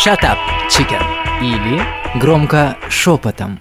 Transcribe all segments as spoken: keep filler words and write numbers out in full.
Shut up, chicken. Или громко шепотом.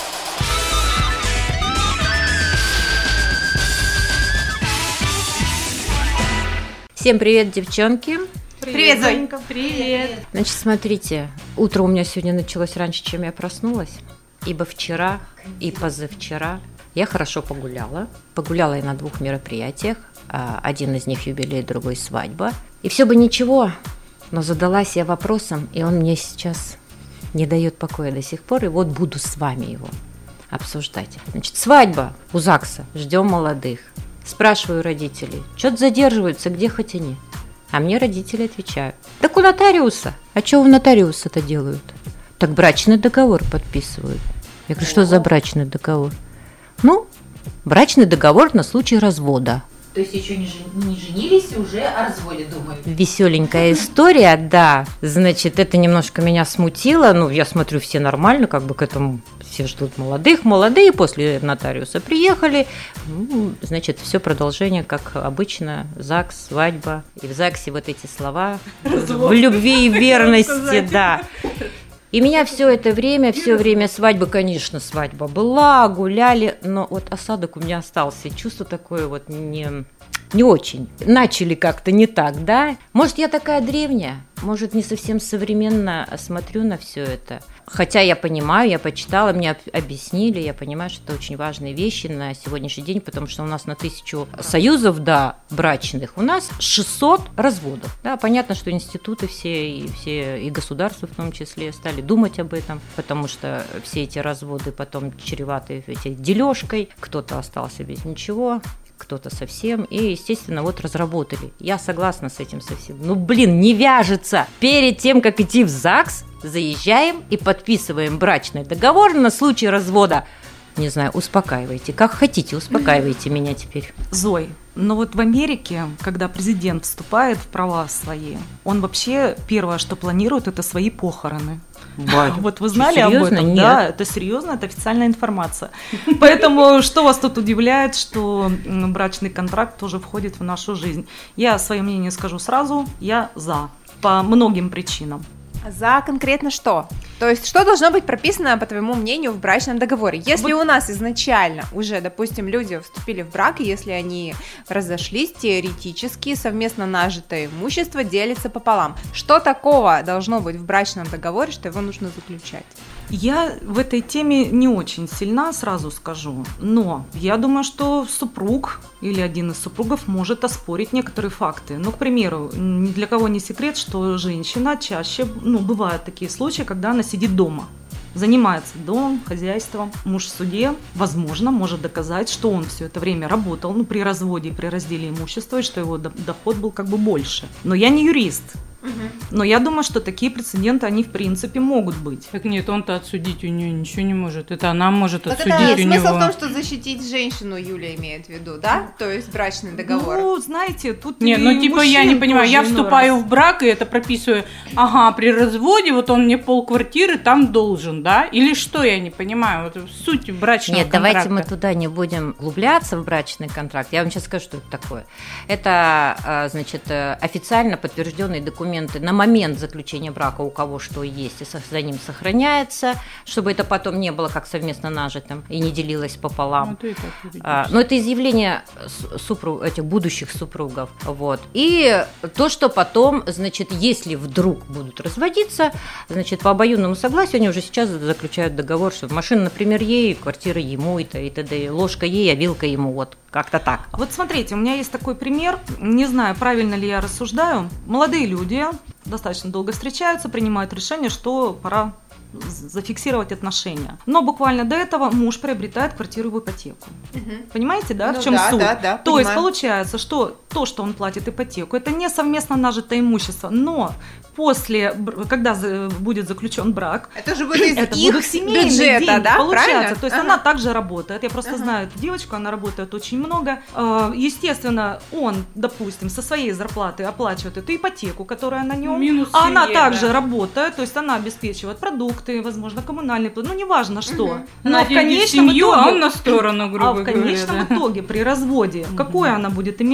Всем привет, девчонки. Привет, Зонька. Привет. Значит, смотрите, утро у меня сегодня началось раньше, чем я проснулась, ибо вчера и позавчера я хорошо погуляла. Погуляла я на двух мероприятиях. Один из них юбилей, другой свадьба. И все бы ничего, но задалась я вопросом, и он мне сейчас не дает покоя до сих пор, и вот буду с вами его обсуждать. Значит, свадьба у ЗАГСа, ждем молодых. Спрашиваю родителей, что-то задерживаются, где хоть они? А мне родители отвечают, так у нотариуса. А что у нотариуса-то делают? Так брачный договор подписывают. Я говорю, что за брачный договор? Ну, брачный договор на случай развода. То есть еще не, жен... не женились и уже о разводе думают. Веселенькая история, да. Значит, это немножко меня смутило. Ну, я смотрю, все нормально, как бы к этому все ждут молодых. Молодые после нотариуса приехали. Ну, значит, все продолжение, как обычно. ЗАГС, свадьба. И в ЗАГСе вот эти слова. Развод. В любви и верности, да. И меня все это время, все время свадьбы, конечно, свадьба была, гуляли, но вот осадок у меня остался, чувство такое вот не, не очень. Начали как-то не так, да? Может, я такая древняя, может, не совсем современно смотрю на все это. Хотя я понимаю, я почитала, мне объяснили, я понимаю, что это очень важные вещи на сегодняшний день, потому что у нас на тысячу союзов, да, брачных, у нас шестьсот разводов. Да, понятно, что институты все и, все, и государства в том числе стали думать об этом, потому что все эти разводы потом чреваты этой дележкой, кто-то остался без ничего, кто-то совсем, и, естественно, вот разработали. Я согласна с этим совсем. Ну, блин, не вяжется. Перед тем, как идти в ЗАГС, заезжаем и подписываем брачный договор на случай развода. Не знаю, успокаивайте. Как хотите, успокаивайте меня теперь. Зой, но вот в Америке, когда президент вступает в права свои, он вообще первое, что планирует, это свои похороны. Бать. Вот вы знали Серьезно? об этом? Нет. Да, это серьезно, это официальная информация. Поэтому что вас тут удивляет, что брачный контракт тоже входит в нашу жизнь? Я свое мнение скажу сразу, я за, по многим причинам. За конкретно что? То есть, что должно быть прописано, по твоему мнению, в брачном договоре? Если вот у нас изначально уже, допустим, люди вступили в брак, и если они разошлись, теоретически совместно нажитое имущество делится пополам. Что такого должно быть в брачном договоре, что его нужно заключать? Я в этой теме не очень сильна, сразу скажу, но я думаю, что супруг или один из супругов может оспорить некоторые факты. Ну, к примеру, ни для кого не секрет, что женщина чаще, ну, бывают такие случаи, когда она сидит дома, занимается домом, хозяйством. Муж в суде, возможно, может доказать, что он все это время работал, ну, при разводе, при разделе имущества, и что его доход был как бы больше. Но я не юрист. Но я думаю, что такие прецеденты, они в принципе могут быть. Так нет, он-то отсудить у нее ничего не может. Это она может так отсудить это у смысл него. в том, что защитить женщину, Юля имеет в виду, да? То есть брачный договор. Ну, знаете, тут Нет, и ну типа я не понимаю, я вступаю раз. в брак и это прописываю, ага, при разводе вот он мне полквартиры там должен, да? Или что, я не понимаю, вот суть брачного Нет, контракта. давайте мы туда не будем углубляться в брачный контракт. Я вам сейчас скажу, что это такое. Это, значит, официально подтвержденные документы на момент заключения брака, у кого что есть, и за ним сохраняется, чтобы это потом не было как совместно нажитым и не делилось пополам. Ну, это а, но это изъявление супруг, этих будущих супругов. Вот. И то, что потом, значит, если вдруг будут разводиться, значит, по обоюдному согласию они уже сейчас заключают договор, что машина, например, ей, квартира ему, и т.д. Ложка ей, а вилка ему. Вот как-то так. Вот смотрите, у меня есть такой пример, не знаю, правильно ли я рассуждаю. Молодые люди достаточно долго встречаются, принимают решение, что пора зафиксировать отношения. Но буквально до этого муж приобретает квартиру в ипотеку. Угу. Понимаете, да, ну, в чем да, суть? Да, да, То понимаю. есть получается, что то, что он платит ипотеку, это не совместно нажитое имущество, но после, когда будет заключен брак, это же будет из это их будут семейные бюджета, деньги, да? получается. Правильно? То есть ага. она также работает. Я просто ага. знаю эту девочку, она работает очень много. Естественно, он, допустим, со своей зарплаты оплачивает эту ипотеку, которая на нем, Минус а она семье, также да. работает, то есть она обеспечивает продукты, возможно, коммунальные платы, ну неважно что. Угу. Но Она в конечном семью, итоге, а он на сторону, грубо а в конечном говоря, да. итоге при разводе, Угу. какое она будет иметь отношение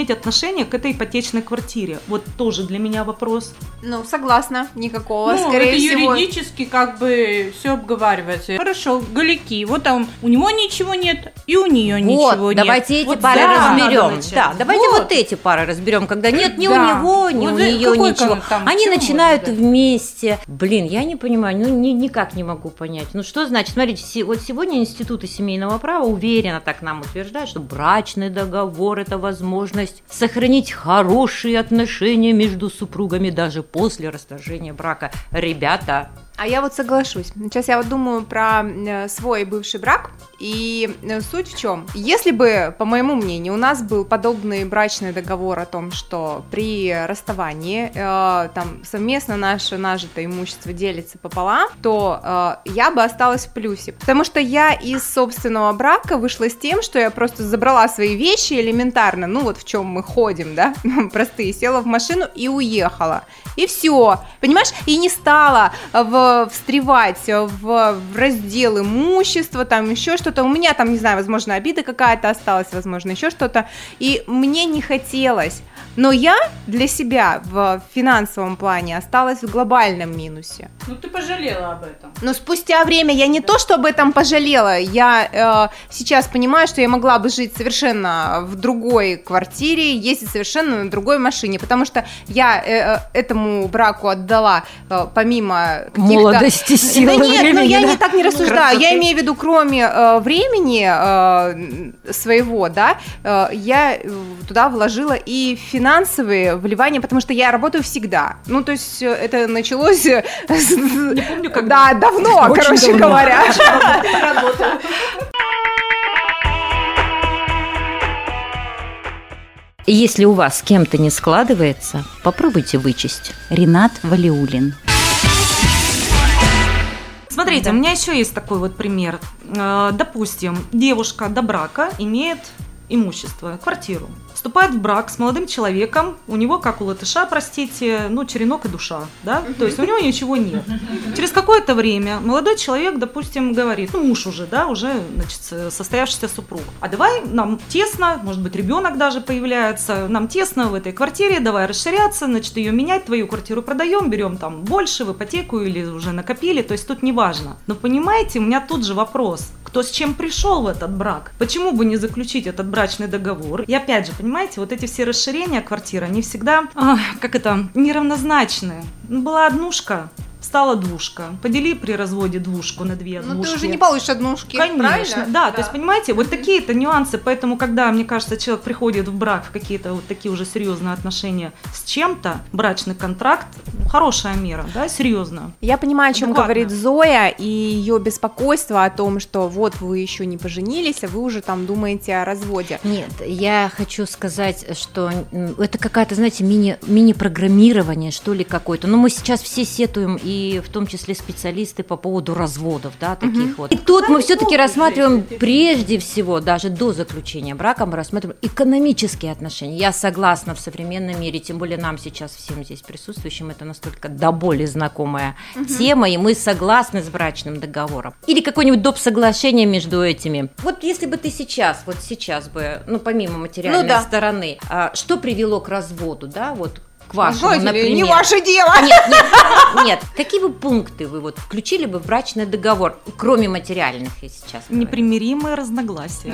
отношение к этой ипотечной квартире? Вот тоже для меня вопрос. Ну, согласна, никакого, Ну, скорее это всего. юридически как бы все обговаривается. Хорошо, голяки, вот там у него ничего нет, и у нее ничего Вот, нет. давайте эти Вот пары да, надо разберем. начать. Да, давайте Вот. вот эти пары разберем, когда нет ни Да. у него, ни Вот у за- нее какой ничего. кон- там, Они чего начинают можно, да? вместе. Блин, я не понимаю, ну ни- никак не могу понять. Ну что значит, смотрите, се- вот сегодня институты семейного права уверенно так нам утверждают, что брачный договор – это возможность сохранить хорошие отношения между супругами даже после расторжения брака. Ребята, А я вот соглашусь. Сейчас я вот думаю про э, свой бывший брак, и э, суть в чем? Если бы, по моему мнению, у нас был подобный брачный договор о том, что при расставании э, там совместно наше нажитое имущество делится пополам, то э, я бы осталась в плюсе. Потому что я из собственного брака вышла с тем, что я просто забрала свои вещи элементарно, ну вот в чем мы ходим, да, простые, села в машину и уехала. И все, понимаешь? И не стала в встревать в, в раздел имущества, там еще что-то. У меня там, не знаю, возможно, обида какая-то осталась, возможно, еще что-то. И мне не хотелось. Но я для себя в финансовом плане осталась в глобальном минусе. Ну ты пожалела об этом. Но спустя время я не то, что об этом пожалела, я э, сейчас понимаю, что я могла бы жить совершенно в другой квартире, ездить совершенно на другой машине, потому что я э, этому браку отдала э, помимо каких-то... молодости, силы, Да нет, времени, ну я да? не так не рассуждаю, Красоты. я имею в виду, кроме э, времени э, своего, да, э, я э, туда вложила и финансовые вливания, потому что я работаю всегда. Ну, то есть э, это началось... э, с- Не помню, как Да, давно, Очень короче давно. говоря. И если у вас с кем-то не складывается, попробуйте вычесть. Ринат Валиуллин. Смотрите, у меня еще есть такой вот пример. Э, Допустим, девушка до брака имеет имущество, квартиру. Вступает в брак с молодым человеком, у него, как у латыша, простите, ну, черенок и душа, да, то есть у него ничего нет. Через какое-то время молодой человек, допустим, говорит, ну, муж уже, да, уже, значит, состоявшийся супруг, а давай нам тесно, может быть, ребенок даже появляется, нам тесно в этой квартире, давай расширяться, значит, ее менять, твою квартиру продаем, берем там больше в ипотеку или уже накопили, то есть тут не важно. Но понимаете, у меня тут же вопрос, кто с чем пришел в этот брак? Почему бы не заключить этот брачный договор? И опять же, понимаете, вот эти все расширения квартиры, они всегда, а, как это, неравнозначны. Ну, была однушка, стала двушка. Подели при разводе двушку на две Ну, однушки. ты уже не получишь однушки, Конечно, правильно? да, то есть, понимаете, вот такие-то нюансы, поэтому, когда, мне кажется, человек приходит в брак, в какие-то вот такие уже серьезные отношения с чем-то, брачный контракт, ну, хорошая мера, да, серьезно. Я понимаю, о чем Адекватно. говорит Зоя, и ее беспокойство о том, что вот вы еще не поженились, а вы уже там думаете о разводе. Нет, я хочу сказать, что м, это какая-то, знаете, мини, мини-программирование, что ли, какое-то. Но мы сейчас все сетуем, и в том числе специалисты по поводу разводов, да, таких вот. И тут мы все-таки рассматриваем прежде всего, даже до заключения брака, мы рассматриваем экономические отношения. Я согласна, в современном мире, тем более нам сейчас всем здесь присутствующим, это настолько до боли знакомая тема, и мы согласны с брачным договором. Или какое-нибудь доп. Соглашение между этими. Вот если бы ты сейчас, вот сейчас бы, ну, помимо материальной Ну да. стороны, а, что привело к разводу, да, вот к вашему, Знаете ли, например? не ваше дело. Нет, нет, нет. Какие бы пункты вы вот включили бы в брачный договор, кроме материальных, я сейчас говорю? Непримиримые разногласия.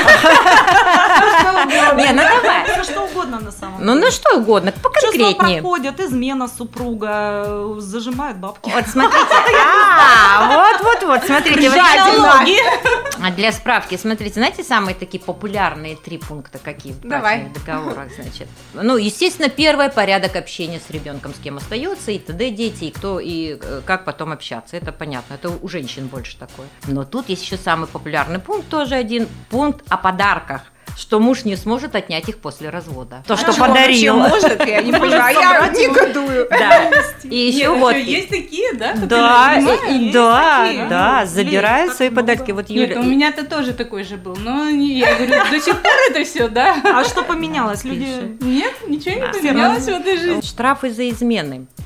Не, ну давай. Все что угодно на самом деле. Ну, ну что угодно, Чувства поконкретнее. проходят, измена супруга, зажимает бабки. Вот смотрите, а, вот, вот, вот, смотрите, вот Налоги. А для справки, смотрите, знаете, самые такие популярные три пункта какие в Давай. брачных договорах, значит? Ну, естественно, первое, порядок общения с ребенком, с кем остается, и т.д. дети, и кто, и э, как потом общаться, это понятно, это у женщин больше такое. Но тут есть еще самый популярный пункт, тоже один, пункт о подарках. Что муж не сможет отнять их после развода. То, что Чего подарил. вообще может, я не понимаю, я негодую. Да. И еще Нет, вот. еще есть такие, да? которые Да, понимают? и- есть да, такие. да, Ну, забирают так свои много. подарки. Вот Нет, Юля. у меня-то тоже такой же был. Но не- я говорю, до сих пор это все, да? А что поменялось? Люди... Нет, ничего не А, поменялось в этой жизни. Штрафы за измены.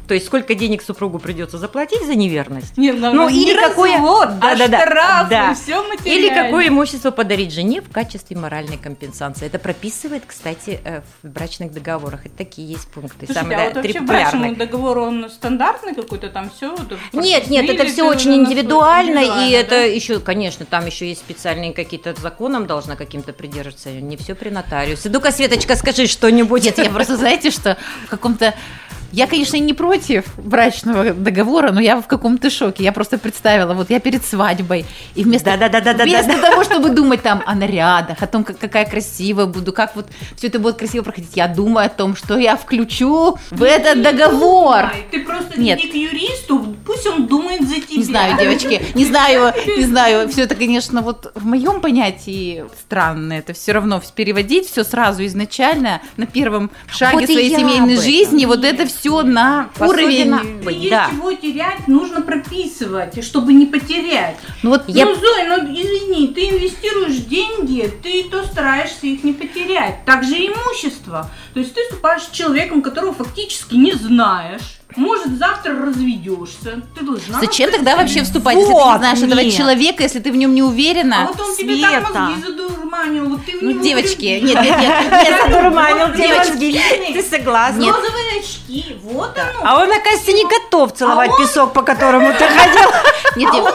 То есть сколько денег супругу придется заплатить за неверность? Не, ну, Ну, или не какое- развод, да, а да, да, штрафы, да. все материально. Или какое имущество подарить жене в качестве моральной компенсации. Это прописывает, кстати, э, в брачных договорах. Это такие есть пункты. Слушайте, самые, а да, вот вообще три брачный популярных. договор, он стандартный какой-то там все? Нет, нет, это все очень индивидуально, и это еще, конечно, там еще есть специальные какие-то законам должна каким-то придерживаться, не все при нотариусе. Ну-ка, Светочка, скажи что-нибудь. Нет, я просто, знаете, что в каком-то... Я, конечно, не против брачного договора, но я в каком-то шоке. Я просто представила, вот я перед свадьбой, и вместо, Да-да-да-да-да-да. вместо того, чтобы думать там о нарядах, о том, как, какая красивая буду, как вот все это будет красиво проходить, я думаю о том, что я включу в этот договор. Ты просто Нет. иди к юристу, пусть он думает за тебя. Не знаю, девочки, не знаю, не знаю. Все это, конечно, вот в моем понятии странно. Это все равно переводить все сразу изначально на первом шаге Вот и своей я семейной об этом. жизни. Вот это все на уровень. Особенно- Есть Да. чего терять, нужно прописывать, чтобы не потерять. Ну вот Я- Ну, Зоя, ну извини, ты инвестируешь деньги, ты то стараешься их не потерять. Также и имущество. То есть ты вступаешь с человеком, которого фактически не знаешь. Может, завтра разведешься. Ты должна. зачем тогда остаться. вообще вступать, если ты не Вот, знаешь этого нет. человека, если ты в нем не А уверена? вот он тебе так Света. мозги задурманил, вот ты в Ну, него девочки, влюбилась. нет, нет, нет, нет, Задурманил Вот, тебе девочки, мозги. Ты согласна? Нет. Розовые очки, вот оно. А он, оказывается, не готов целовать А он- песок, по которому ты ходил. нет, дев-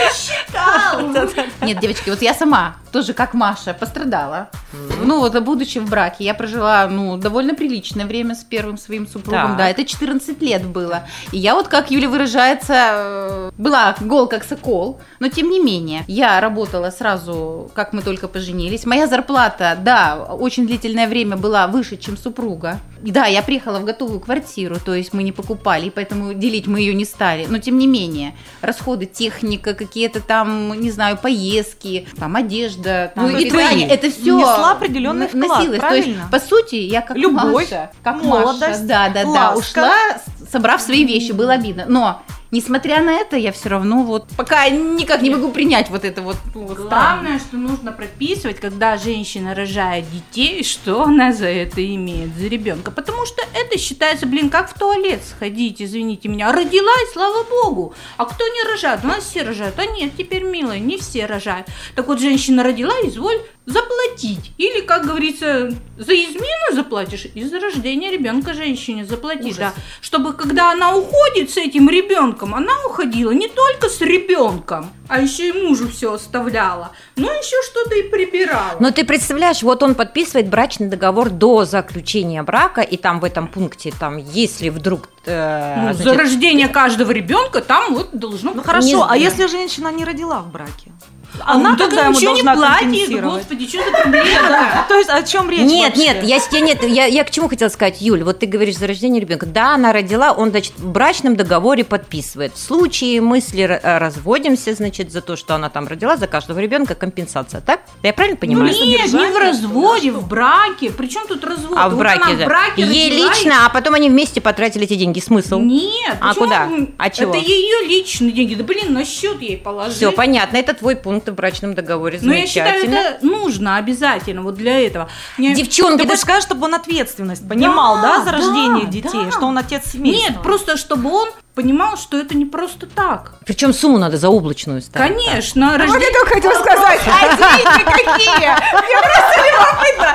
Просчитал. нет, девочки, вот я сама тоже, как Маша, пострадала. Ну, вот, будучи в браке, я прожила, ну, довольно приличное время с первым своим супругом, Так. да, это четырнадцать лет было. И я вот, как Юля выражается, э, была гол как сокол, но тем не менее, я работала сразу, как мы только поженились. Моя зарплата, да, очень длительное время была выше, чем супруга. И да, я приехала в готовую квартиру, то есть мы не покупали, и поэтому делить мы ее не стали. Но тем не менее, расходы, техника, какие-то там, не знаю, поездки, там одежда, там, Ну, и питание, твои. это все Внесла определенный вклад, носилось. То есть, правильно? по сути, я как Любовь, Маша, как молодость, Маша, да, да, да, ласка. ушла, с- собрав свои вещи, было обидно. Но несмотря на это, я все равно вот пока никак не могу принять вот это вот. ну, вот Главное, что нужно прописывать, когда женщина рожает детей, что она за это имеет, за ребенка. Потому что это считается, блин, как в туалет сходить, извините меня. Родила, и слава богу. А кто не рожает? У нас все рожают. А нет, теперь, милая, не все рожают. Так вот, женщина родила, изволь заплатить. Или, как говорится, за измену заплатишь, и за рождение ребенка женщине заплатишь. Да. Чтобы, когда она уходит с этим ребенком, она уходила не только с ребенком, а еще и мужу все оставляла, но еще что-то и прибирала. Но ты представляешь, вот он подписывает брачный договор до заключения брака, и там в этом пункте, там, если вдруг... э, Ну, значит, за рождение каждого ребенка там вот должно Ну хорошо, Не а знаю. если женщина не родила в браке? А Она он так тогда ему ничего не должна платит, компенсировать. господи, что за проблема? То есть о чем речь Нет, вообще? нет, я, я, нет я, я к чему хотела сказать, Юль, вот ты говоришь за рождение ребенка. Да, она родила, он, значит, в брачном договоре подписывает. В случае мысли р- разводимся, значит, за то, что она там родила, за каждого ребенка компенсация, так? Я правильно Ну, понимаю? нет, не в содержание, разводе, что? в браке. Причем тут развод? А в Вот браке, она да. в браке Ей родила и- лично, а потом они вместе потратили эти деньги. Смысл? Нет. А почему? куда? А чего? Это ее личные деньги. Да блин, на счет ей положи. Все, понятно, это твой пункт в брачном договоре. Но я считаю, Замечательно. это нужно обязательно вот для этого. Не- Девчонки, Ты да хочешь сказать, чтобы он ответственность понимал, да, Да, за рождение да, детей, да. что он отец семейства? Нет, просто чтобы он понимал, что это не просто так. причем сумму надо заоблачную ставить. Конечно, Вот рождение... я только хотела сказать, а деньги какие? Мне просто любопытно.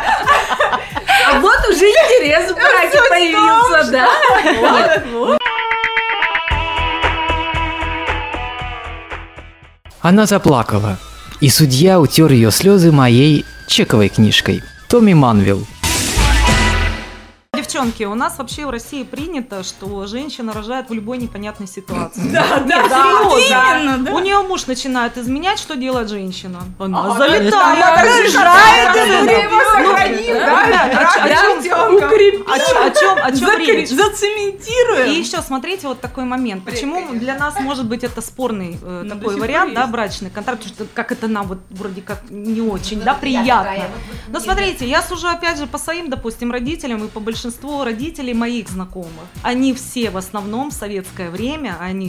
А вот уже интерес в браке появился, да? Вот, вот. Она заплакала, и судья утер ее слезы моей чековой книжкой. Томми Манвилл. Девчонки, у нас вообще в России принято, что женщина рожает в любой непонятной ситуации. Да, да, Серьезно. именно, да. У нее муж начинает изменять, что делает женщина? Она Она залетает. Решает, Да, да, ты да. его сохранил, Да, да? да, о чё- о чём- Ребенка. О чё- о чем, о чем Закре- речь? Зацементируем. И еще смотрите вот такой момент. Почему конечно. для нас может быть это спорный э, Ну, до такой сих вариант, пор да, есть. брачный контракт, потому что как это нам вот вроде как не очень, да, приятно. Но смотрите, я сужу опять же по своим, допустим, родителям и по большинству родителей моих знакомых. Они все в основном в советское время, они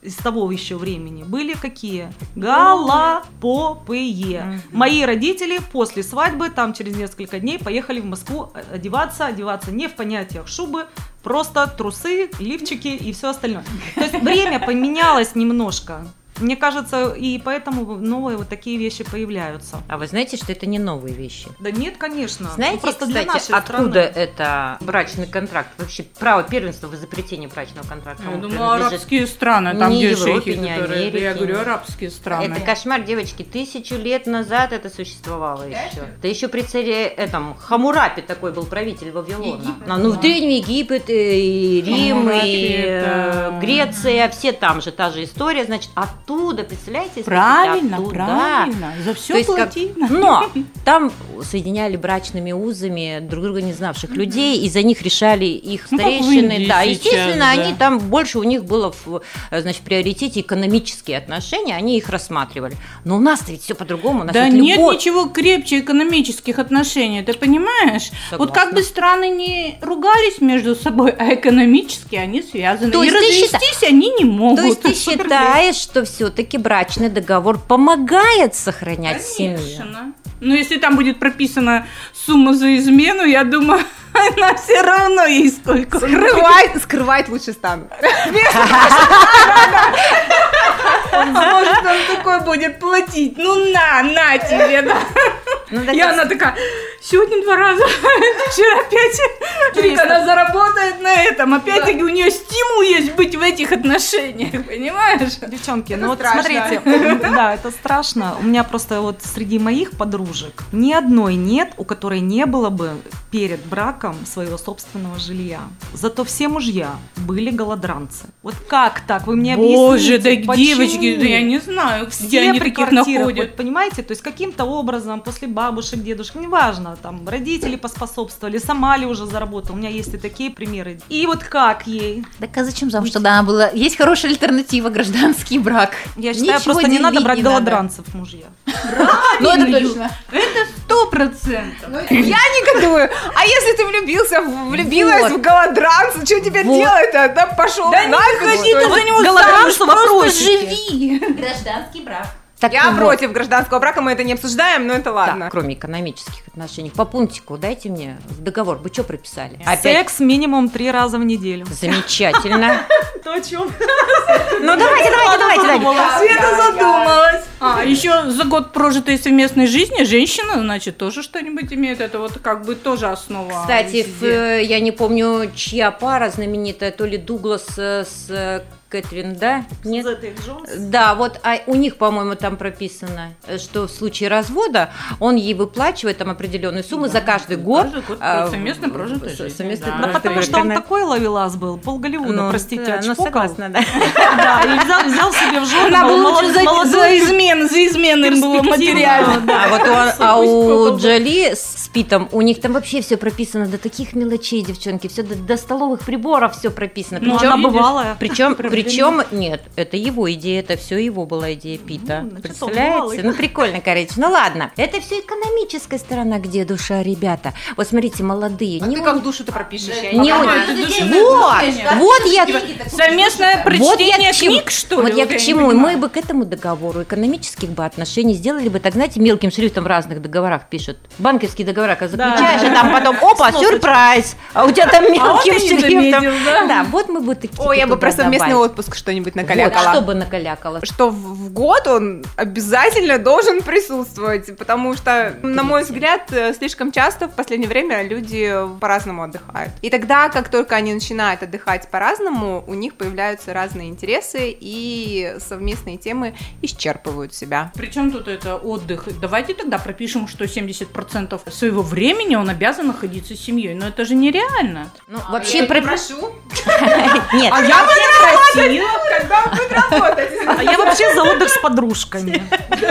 из того еще времени были какие? Голопопые. Мои родители после свадьбы, там через несколько дней, поехали в Москву одеваться, одеваться не в понятиях шубы, просто трусы, лифчики и все остальное. То есть время поменялось немножко. Мне кажется, и поэтому новые вот такие вещи появляются. А вы знаете, что это не новые вещи? Да нет, конечно. Знаете, ну, просто кстати, для нашей откуда страны. это брачный контракт? Вообще право первенства в изобретении брачного контракта. Я кому думаю, принадлежит? арабские страны, там Ни где Европе, шейхи, ни которые... Америки, Я говорю, ни- арабские страны. Это кошмар, девочки. Тысячу лет назад это существовало еще. Да еще при царе этом Хамурапи такой был правитель Вавилона. Египет, А, ну, в Древний Египет, и Рим, Хамурапи и это- э, Греция, все там же, та же история. Значит, оттуда, представляете? если Правильно, оттуда. правильно. За То все есть как- плати. Но там соединяли брачными узами друг друга не знавших людей, и за них решали их Ну, как в старейшины. Индии Да, сейчас, естественно, да. они там больше у них было в, значит, в приоритете экономические отношения, они их рассматривали. Но у нас-то ведь все по-другому. У нас Да ведь нет любовь. ничего крепче экономических отношений, ты понимаешь? Вот Согласна. как бы страны не ругались между собой, а экономически они связаны. То И есть ты развестись они не могут. То есть ты считаешь, что все-таки брачный договор помогает сохранять семью? Конечно. Но если там будет прописана сумма за измену, я думаю, она все равно ей сколько. Скрывать, скрывать лучше стану. Может, он такой будет платить. Ну на, на тебе, да. Ну, так И она такая, сегодня два раза, вчера пять. Вик, она заработает на этом. Опять-таки у нее стимул есть быть в этих отношениях, понимаешь? Девчонки, Это ну вот страшно. смотрите, да, это страшно. У меня просто вот среди моих подружек ни одной нет, у которой не было бы перед браком своего собственного жилья. Зато все мужья были голодранцы. Вот как так? Вы мне Боже, объясните, да почему? девочки, да я не знаю, где Все они при таких квартирах, находят. вот, понимаете, то есть каким-то образом после бабушек, дедушек, неважно, там родители поспособствовали, сама ли уже заработала, у меня есть и такие примеры. И вот как ей? Так а зачем замуж тогда она была? Есть хорошая альтернатива, гражданский брак. Я считаю, Ничего просто не надо делить брать не надо. голодранцев в мужья. Ну это Правильно, точно. Это сто процентов. Я негодую. А если ты влюбился, в- влюбилась Вот. в голодранца, что теперь Вот. делать-то? Да пошел Да не нафиг, выходи что ли? ты за него голодранцы замуж, просто вопросики. живи. Гражданский брак. Так Я вот. против гражданского брака, мы это не обсуждаем, но это ладно. Так, кроме экономических отношений. По пунктику дайте мне в договор. Вы что прописали? Секс минимум три раза в неделю. Замечательно. То, о чем? Ну давайте, давайте, давайте, давайте. Света задумалась. А, еще за год прожитой совместной жизни женщина, значит, тоже что-нибудь имеет. Это вот как бы тоже основа. Кстати, в, везде. э, я не помню, чья пара знаменитая, то ли Дуглас э, с э, Кэтрин, да? Нет? Да, вот а у них, по-моему, там прописано, э, что в случае развода он ей выплачивает там определенную сумму за каждый год. Каждый год а, совместно прожитой с- жизни, совместно да. Да прожитой потому что он жизни. такой ловелас был, пол Голливуда, Ну, простите, да, ну, очпокал. согласна, да. Да, и взял, взял себе в жены Она была молод- лучше за, молодую за измен, за измены было материально. Да. А вот у, а Пусть у попробует. Джоли с Питом, у них там вообще все прописано до таких мелочей, девчонки, все до, до столовых приборов все прописано. Ну, Причем, она бывалая. причем, причем, нет, это его идея, это все его была идея Пита. Ну, значит, он Представляете? бывалый. Ну, прикольно, короче. Ну, ладно. Это все экономическая сторона, где душа, ребята. Вот смотрите, молодые. А не ты у- как душу-то пропишешь? Я не не у- понимаю. это душа- Вот, вот я... Совместное Вот я прочтение к чему, книг, что ли? вот я Вот к не чему. И понимаю. мы бы к этому договору экономических бы отношений сделали бы, так знаете, мелким шрифтом в разных договорах пишут. Банковские договора, когда Да. заключаешь, и там потом, опа, Сносочка. сюрприз, а у тебя там А вот мелким я не шрифтом. заметил, да? Да, вот мы бы такие Ой, я бы туда про совместный добавили. отпуск что-нибудь Вот, накалякала. что бы накалякало. Что в в год он обязательно должен присутствовать, потому что, на мой взгляд, э, слишком часто в последнее время люди по-разному отдыхают. И тогда, как только они начинают отдыхать по-разному, у них появляются разные интересы, и совместные темы исчерпывают себя. Причем тут это отдых? Давайте тогда пропишем, что семьдесят процентов своего времени он обязан находиться с семьей. Но это же нереально. Ну, вообще, про... прошу. Нет. А я бы не просила, когда он будет работать. А я вообще за отдых с подружками.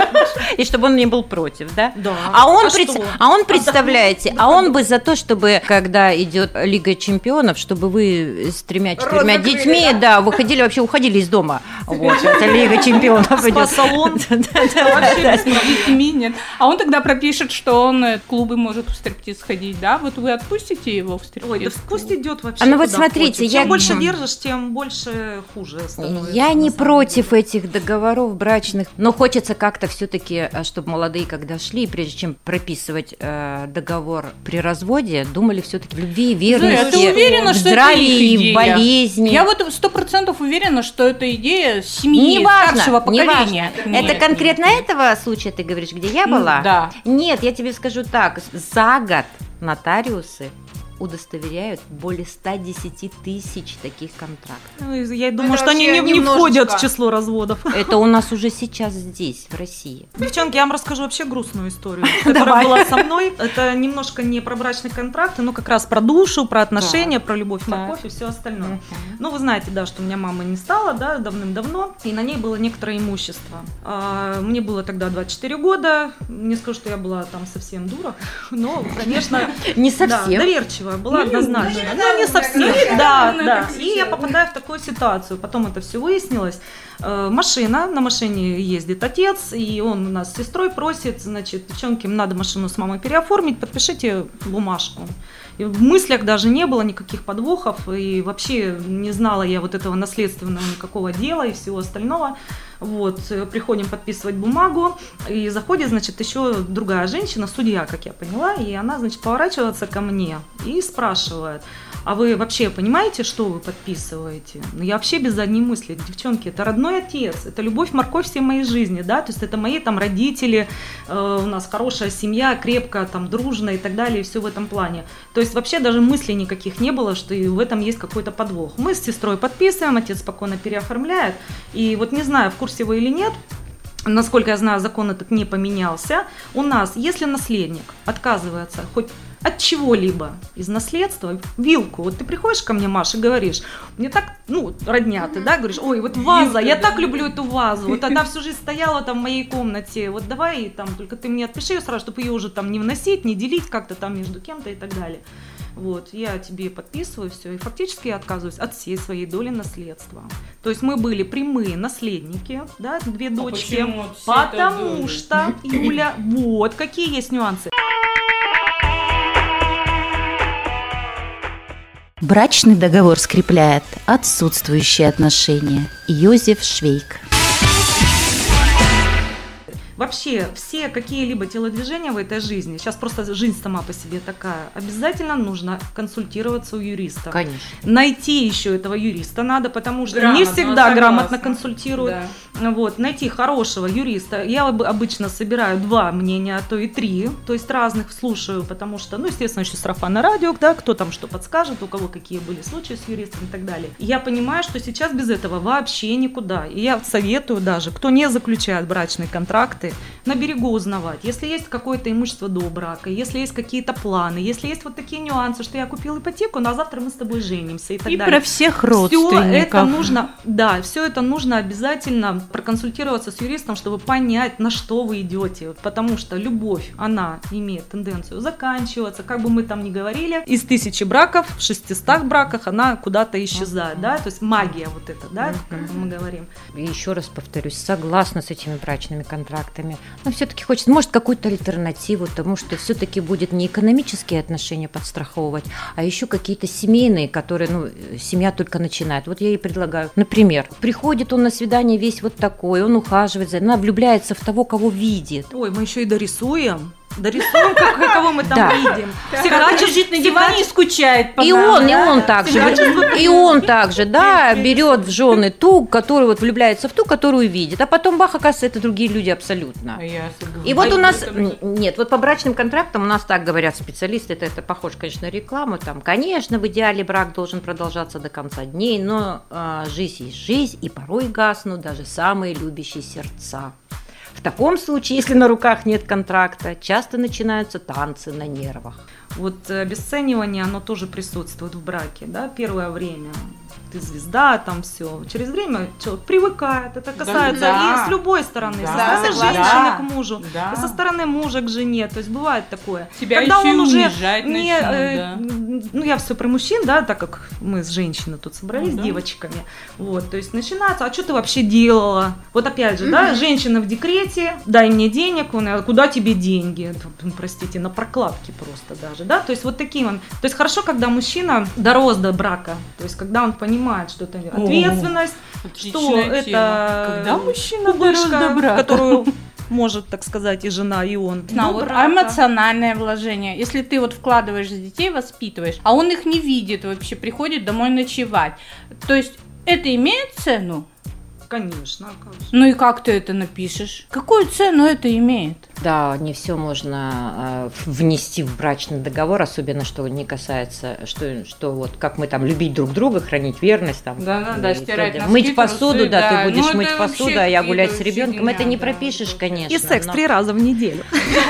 И чтобы он не был против, да? Да. А он, А пред- что? а он представляете, а он бы за то, чтобы, когда идет Лига чемпионов, чтобы вы с тремя-четырьмя Рот закрыли, детьми, да, выходили, вообще уходили из дома. Вот, это Лига чемпионов идет. Спа-салон. Вообще с детьми нет. А он тогда пропишет, что он э, в клубы может в стриптиз ходить, да? Вот вы отпустите его в стриптиз? Ой, да пусть идет вообще. А ну вот куда смотрите, хочет. я- Чем больше держишь, тем больше хуже становится. Я не на самом против деле. этих договоров брачных, но хочется как-то все-таки, чтобы молодые, когда шли, прежде чем прописывать э, договор при разводе, думали все-таки в любви и верности, Зоя, ты уверена, в что это здравии их и в идея? болезни. Я вот сто процентов уверена, что это идея семьи, Не важно, старшего не поколения. важно. Нет, Это конкретно нет. этого случая ты говоришь, где я М, была? да. Нет, я тебе скажу так, за год нотариусы удостоверяют более ста десяти тысяч таких контрактов. Ну, и я думаю, Это что они не, вообще не входят немножечко. в число разводов. Это у нас уже сейчас здесь, в России. Девчонки, я вам расскажу вообще грустную историю, которая Давай. была со мной. Это немножко не про брачные контракты, но как раз про душу, про отношения, про любовь, Так. морковь и все остальное. Ну, вы знаете, да, что у меня мама не стала, да, давным-давно, и на ней было некоторое имущество. А, мне было тогда двадцать четыре года, не скажу, что я была там совсем дура, но, конечно, Не да, совсем. доверчивая была однозначно. да, Ну, не да, совсем, да, да, да, да. как И я попадаю в такую ситуацию. Потом это все выяснилось. Э, Машина, на машине ездит отец, и он у нас с сестрой просит, значит, девчонки, надо машину с мамой переоформить, подпишите бумажку. И в мыслях даже не было никаких подвохов, и вообще не знала я вот этого наследственного никакого дела и всего остального. Вот, э, приходим подписывать бумагу, и заходит, значит, еще другая женщина, судья, как я поняла, и она, значит, поворачивается ко мне и спрашивает: а вы вообще понимаете, что вы подписываете? Ну, я вообще без задней мысли. Девчонки, это родной отец, это любовь, морковь всей моей жизни, да, то есть это мои там родители, э, у нас хорошая семья, крепкая, там, дружная и так далее, и все в этом плане. То есть вообще даже мыслей никаких не было, что и в этом есть какой-то подвох. Мы с сестрой подписываем, отец спокойно переоформляет, и вот не знаю, в курсе вы или нет, насколько я знаю, закон этот не поменялся. У нас, если наследник отказывается хоть от чего-либо из наследства, вилку, вот ты приходишь ко мне, Маша, и говоришь: мне так, ну, родня ты, да, говоришь: ой, вот ваза, я так люблю эту вазу, вот она всю жизнь стояла там в моей комнате, вот давай там, только ты мне отпиши ее сразу, чтобы ее уже там не вносить, не делить как-то там между кем-то и так далее. Вот, я тебе подписываю все, и фактически я отказываюсь от всей своей доли наследства. То есть мы были прямые наследники, да, две дочки, почему от всей этой потому доли? что, Юля, вот какие есть нюансы. Брачный договор скрепляет отсутствующие отношения. Йозеф Швейк. Вообще, все какие-либо телодвижения в этой жизни, сейчас просто жизнь сама по себе такая, обязательно нужно консультироваться у юриста. Конечно. Найти еще этого юриста надо, потому что не Грамотно, всегда согласна. грамотно консультируют. Да. Вот, найти хорошего юриста. Я об- обычно собираю два мнения, а то и три, то есть разных слушаю, потому что, ну, естественно, еще сарафанное радио, да, кто там что подскажет, у кого какие были случаи с юристом и так далее. И я понимаю, что сейчас без этого вообще никуда. И я советую даже, кто не заключает брачные контракты, на берегу узнавать, если есть какое-то имущество до брака, если есть какие-то планы, если есть вот такие нюансы, что я купил ипотеку, но завтра мы с тобой женимся и так И далее. про всех Все родственников. это нужно, да, все это нужно обязательно проконсультироваться с юристом, чтобы понять, на что вы идете, потому что любовь, она имеет тенденцию заканчиваться, как бы мы там ни говорили, из тысячи браков, в шестистах браках она куда-то исчезает, да, то есть магия вот эта, да, как мы говорим. И еще раз повторюсь, согласна с этими брачными контрактами. Но все-таки хочется, может, какую-то альтернативу тому, что все-таки будет не экономические отношения подстраховывать, а еще какие-то семейные, которые, ну, семья только начинает. Вот я ей предлагаю, например, приходит он на свидание весь вот такой, он ухаживает за, она влюбляется в того, кого видит. Ой, мы еще и дорисуем. Дорисуем, как- кого мы там Да. видим. Всегда лежит на диване и скучает по И нам, он, и да? он также, Всегда и он также, да, берет в жены ту, которую вот влюбляется в ту, которую видит, а потом бах, оказывается, это другие люди абсолютно. А я согласна. И вот у А нас, это- н- нет, вот по брачным контрактам у нас так говорят специалисты, это, это похоже, конечно, на рекламу, там, конечно, в идеале брак должен продолжаться до конца дней, но а, жизнь есть жизнь, и порой гаснут даже самые любящие сердца. В таком случае, если на руках нет контракта, часто начинаются танцы на нервах. Вот обесценивание, оно тоже присутствует в браке, да, первое время. ты звезда, там все. Через время человек привыкает, это касается Да. и с любой стороны, Да. со стороны Согласна. женщины Да. к мужу, Да. и со стороны мужа к жене, то есть бывает такое. Тебя Когда еще он и уже унижать не, начнут, э, да. ну я все про мужчин, да, так как мы с женщиной тут собрались, Ну да. с девочками, вот, то есть начинается, а что ты вообще делала? Вот опять же, да, женщина в декрете, дай мне денег, он, а куда тебе деньги? Ну, простите, на прокладки просто даже, да, то есть вот такие он, то есть хорошо, когда мужчина дорос до брака, то есть когда он понимает, что это ответственность, что Отличная это тема. Когда мужчина кубышка, дорос до брака? которую может, так сказать, и жена, и он. Ну, до вот, брака. а эмоциональное вложение. Если ты вот вкладываешь в детей, воспитываешь, а он их не видит вообще, приходит домой ночевать. То есть это имеет цену? Конечно, а как же. Ну и как ты это напишешь? Какую цену это имеет? Да, не все можно э, внести в брачный договор, особенно что не касается, что, что вот как мы там любить друг друга, хранить верность, там, Да-да-да, и стирать т.д. носки, мыть посуду, трусы, да, да. ты будешь Ну, мыть это посуду, вообще а я какие-то гулять с вообще ребенком, это не фигня, да, пропишешь, вот конечно. И секс но- три раза в неделю.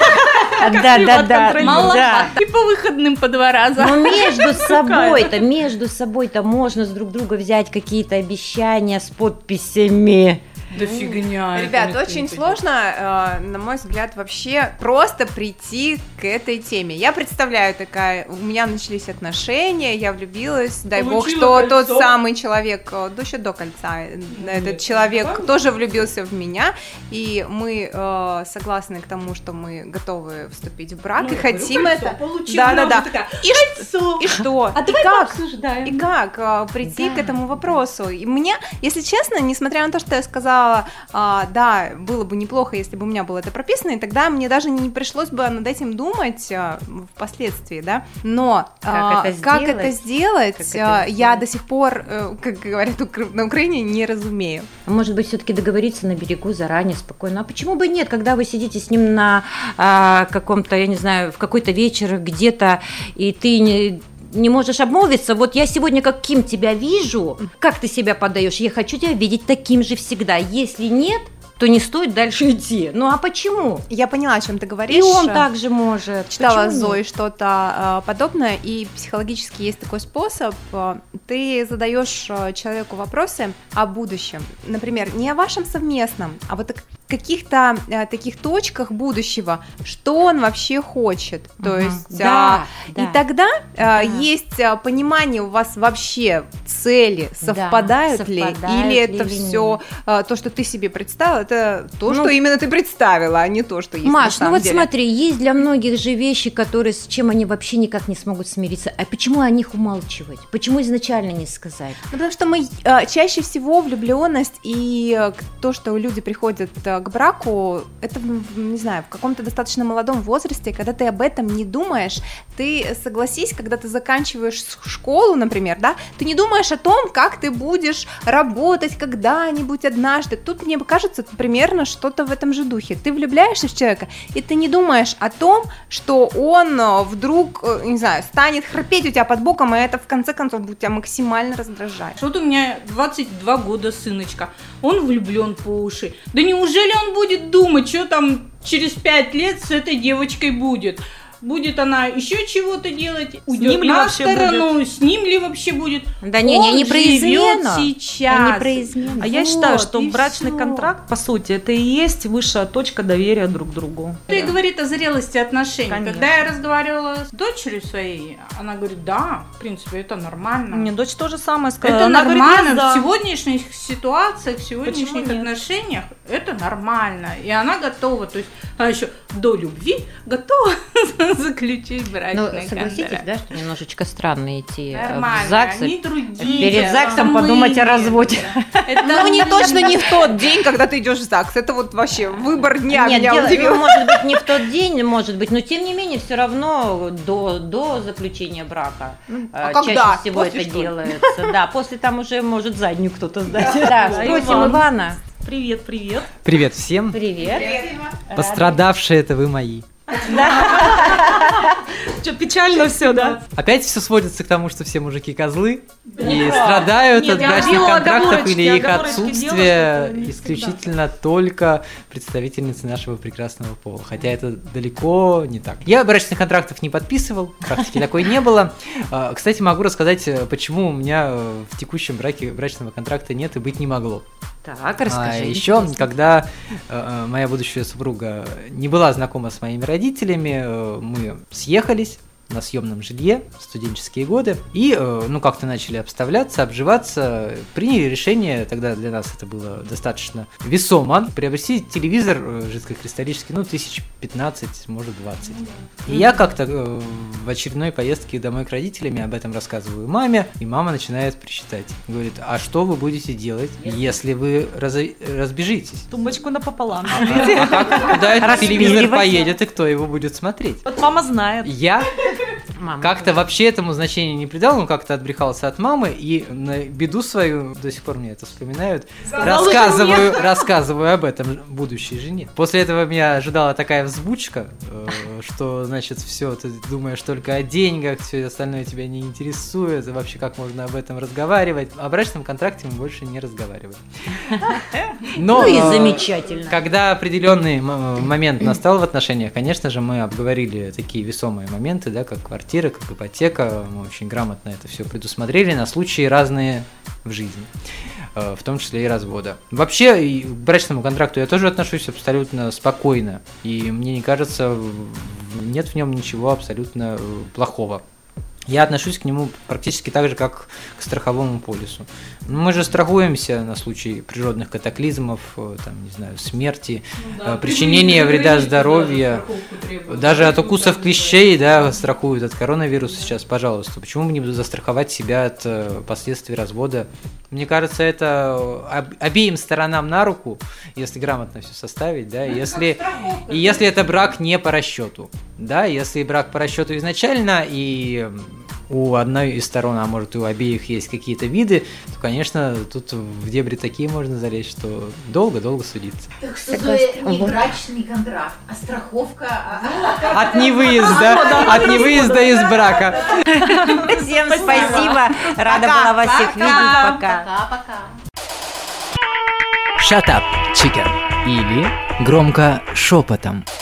А, Да, да, да, контролирует. Мало да. и по выходным по два раза. Но между собой-то, между собой-то можно с друг друга взять какие-то обещания с подписями. Да фигня. Ребят, это очень никто не сложно, э, на мой взгляд, вообще просто прийти к этой теме. Я представляю, такая, у меня начались отношения, я влюбилась, дай бог, Получила что кольцо. тот самый человек, э, да еще до кольца, э, этот человек тоже влюбился в меня, и мы э, согласны к тому, что мы готовы вступить в брак Ну, и я говорю, хотим кольцо это. получила, Да, да, она да. уже такая, И, ш- кольцо. и что? А И давай как? пообсуждаем. И как а, прийти Да, к этому вопросу? И мне, если честно, несмотря на то, что я сказала, а, да, было бы неплохо, если бы у меня было это прописано, и тогда мне даже не пришлось бы над этим думать а, впоследствии, да. Но Как а, это как сделать? это сделать, Как а, это я сделать? до сих пор, э, как говорят укр- на Украине, не разумею. Может быть, все-таки договориться на берегу заранее, спокойно. А почему бы и нет, когда вы сидите с ним на а, каком-то, я не знаю, в какой-то вечер где-то, и ты не, не можешь обмолвиться, вот я сегодня каким тебя вижу, как ты себя подаешь, я хочу тебя видеть таким же всегда. Если нет, то не стоит дальше идти. Ну а почему? Я поняла, о чем ты говоришь. И он также может. Читала Почему Зои нет? что-то э, подобное, и психологически есть такой способ. э, Ты задаешь э, человеку вопросы о будущем. Например, не о вашем совместном, а вот о каких-то э, таких точках будущего, что он вообще хочет. То Мгм. есть, Да, а, да. и тогда э, Да. есть э, понимание у вас вообще цели, Да, совпадают ли, совпадают или ли это или все то, что ты себе представила, это то, Ну, что именно ты представила, а не то, что есть на Маш, ну самом вот деле. смотри, есть для многих же вещи, которые, с чем они вообще никак не смогут смириться. А почему о них умалчивать? Почему изначально не сказать? Ну, потому что мы э, чаще всего влюбленность и э, к- то, что люди приходят э, к браку, это, в- не знаю, в каком-то достаточно молодом возрасте, когда ты об этом не думаешь, ты согласись, когда ты заканчиваешь с- школу, например, да, ты не думаешь о том, как ты будешь работать когда-нибудь однажды. Тут, мне кажется, примерно что-то в этом же духе. Ты влюбляешься в человека, и ты не думаешь о том, что он э, вдруг, э, не знаю, станет храпеть у тебя под боком, и это в конце концов будет тебя максимально раздражать. Вот у меня двадцать два года сыночка, он влюблен по уши. Да неужели он будет думать, что там через пять лет с этой девочкой будет? Будет она еще чего-то делать, уйдет ним ли на вообще сторону, с ним ли вообще будет? Да не, не, Он не про живет измену. сейчас. Да не про измену. А я Вот, считаю, что и брачный всё. контракт, по сути, это и есть высшая точка доверия друг к другу. Это и говорит о зрелости отношений. Конечно. Когда я разговаривала с дочерью своей, она говорит, да, в принципе, это нормально. Мне дочь то же самое сказала. Это Она говорит, нормально. я за. В сегодняшних ситуациях, в сегодняшних Почему нет? отношениях это нормально. И она готова, то есть она еще до любви готова заключить Ну, брачный согласитесь, контракт. да, что немножечко странно идти э, Нормально, в ЗАГС. они другие. Перед ЗАГСом а мы подумать о нет. разводе. Это Ну, не мы- точно не в тот день, когда ты идешь в ЗАГС. Это вот вообще выбор дня Нет, меня дело- удивил. ну, может быть, не в тот день, может быть, но тем не менее, все равно до, до заключения брака э, а когда? чаще всего После, это что ли? делается. Да, после там уже может заднюю кто-то сдать. Да, Да, спросим Иван. Ивана. Привет, привет. Привет всем. Привет. Пострадавшие это вы мои. Что, печально все, да? Опять все сводится к тому, что все мужики козлы и страдают Нет, от я брачных делала контрактов оговорочки, или их оговорочки отсутствие делала, что это не исключительно только представительницы нашего прекрасного пола. Хотя это далеко не так. Я брачных контрактов не подписывал, практики такой не было. А, Кстати, могу рассказать, почему у меня э, в текущем браке брачного контракта нет и быть не могло. Так, расскажи. А еще, когда э, моя будущая супруга не была знакома с моими родителями, э, мы съехались на съемном жилье в студенческие годы и, э, ну, как-то начали обставляться, обживаться, приняли решение, тогда для нас это было достаточно весомо, приобрести телевизор э, жидкокристаллический, ну, тысяч пятнадцать, может, двадцать. И я как-то э, в очередной поездке домой к родителям об этом рассказываю маме, и мама начинает причитать. Говорит, а что вы будете делать, если вы раз- разбежитесь? Тумбочку напополам. А как, куда этот телевизор Распиливать. поедет и кто его будет смотреть? Вот мама знает. Я Мама. как-то вообще этому значения не придал, но как-то отбрехался от мамы и на беду свою, до сих пор мне это вспоминают, рассказываю, рассказываю об этом будущей жене. После этого меня ожидала такая взбучка, э, что, значит, все, ты думаешь только о деньгах, все остальное тебя не интересует, и вообще как можно об этом разговаривать. О брачном контракте мы больше не разговариваем. Но, Ну и э, замечательно. Когда определенный м- момент настал в отношениях, конечно же, мы обговорили такие весомые моменты, да, как квартира, как ипотека. Мы очень грамотно это все предусмотрели на случаи разные в жизни, э, в том числе и развода. Вообще, и к брачному контракту я тоже отношусь абсолютно спокойно, и мне не кажется, в- нет в нем ничего абсолютно э, плохого. Я отношусь к нему практически так же, как к страховому полису. Мы же страхуемся на случай природных катаклизмов, э, там, не знаю, смерти, э, причинения вреда здоровью, даже от укусов клещей, да, страхуют от коронавируса сейчас, пожалуйста. Почему бы не застраховать себя от э, последствий развода? Мне кажется, это об- обеим сторонам на руку, если грамотно все составить, да, если, и если это брак не по расчету, да, если брак по расчету изначально и у одной из сторон, а может и у обеих есть какие-то виды, то, конечно, тут в дебри такие можно залезть, что долго-долго судиться. Так что это не брачный контракт, а страховка. а- От невыезда, от невыезда из брака. Всем спасибо. Рада была вас всех видеть. Пока. Пока-пока. Shut up, chicken. Или громко шепотом.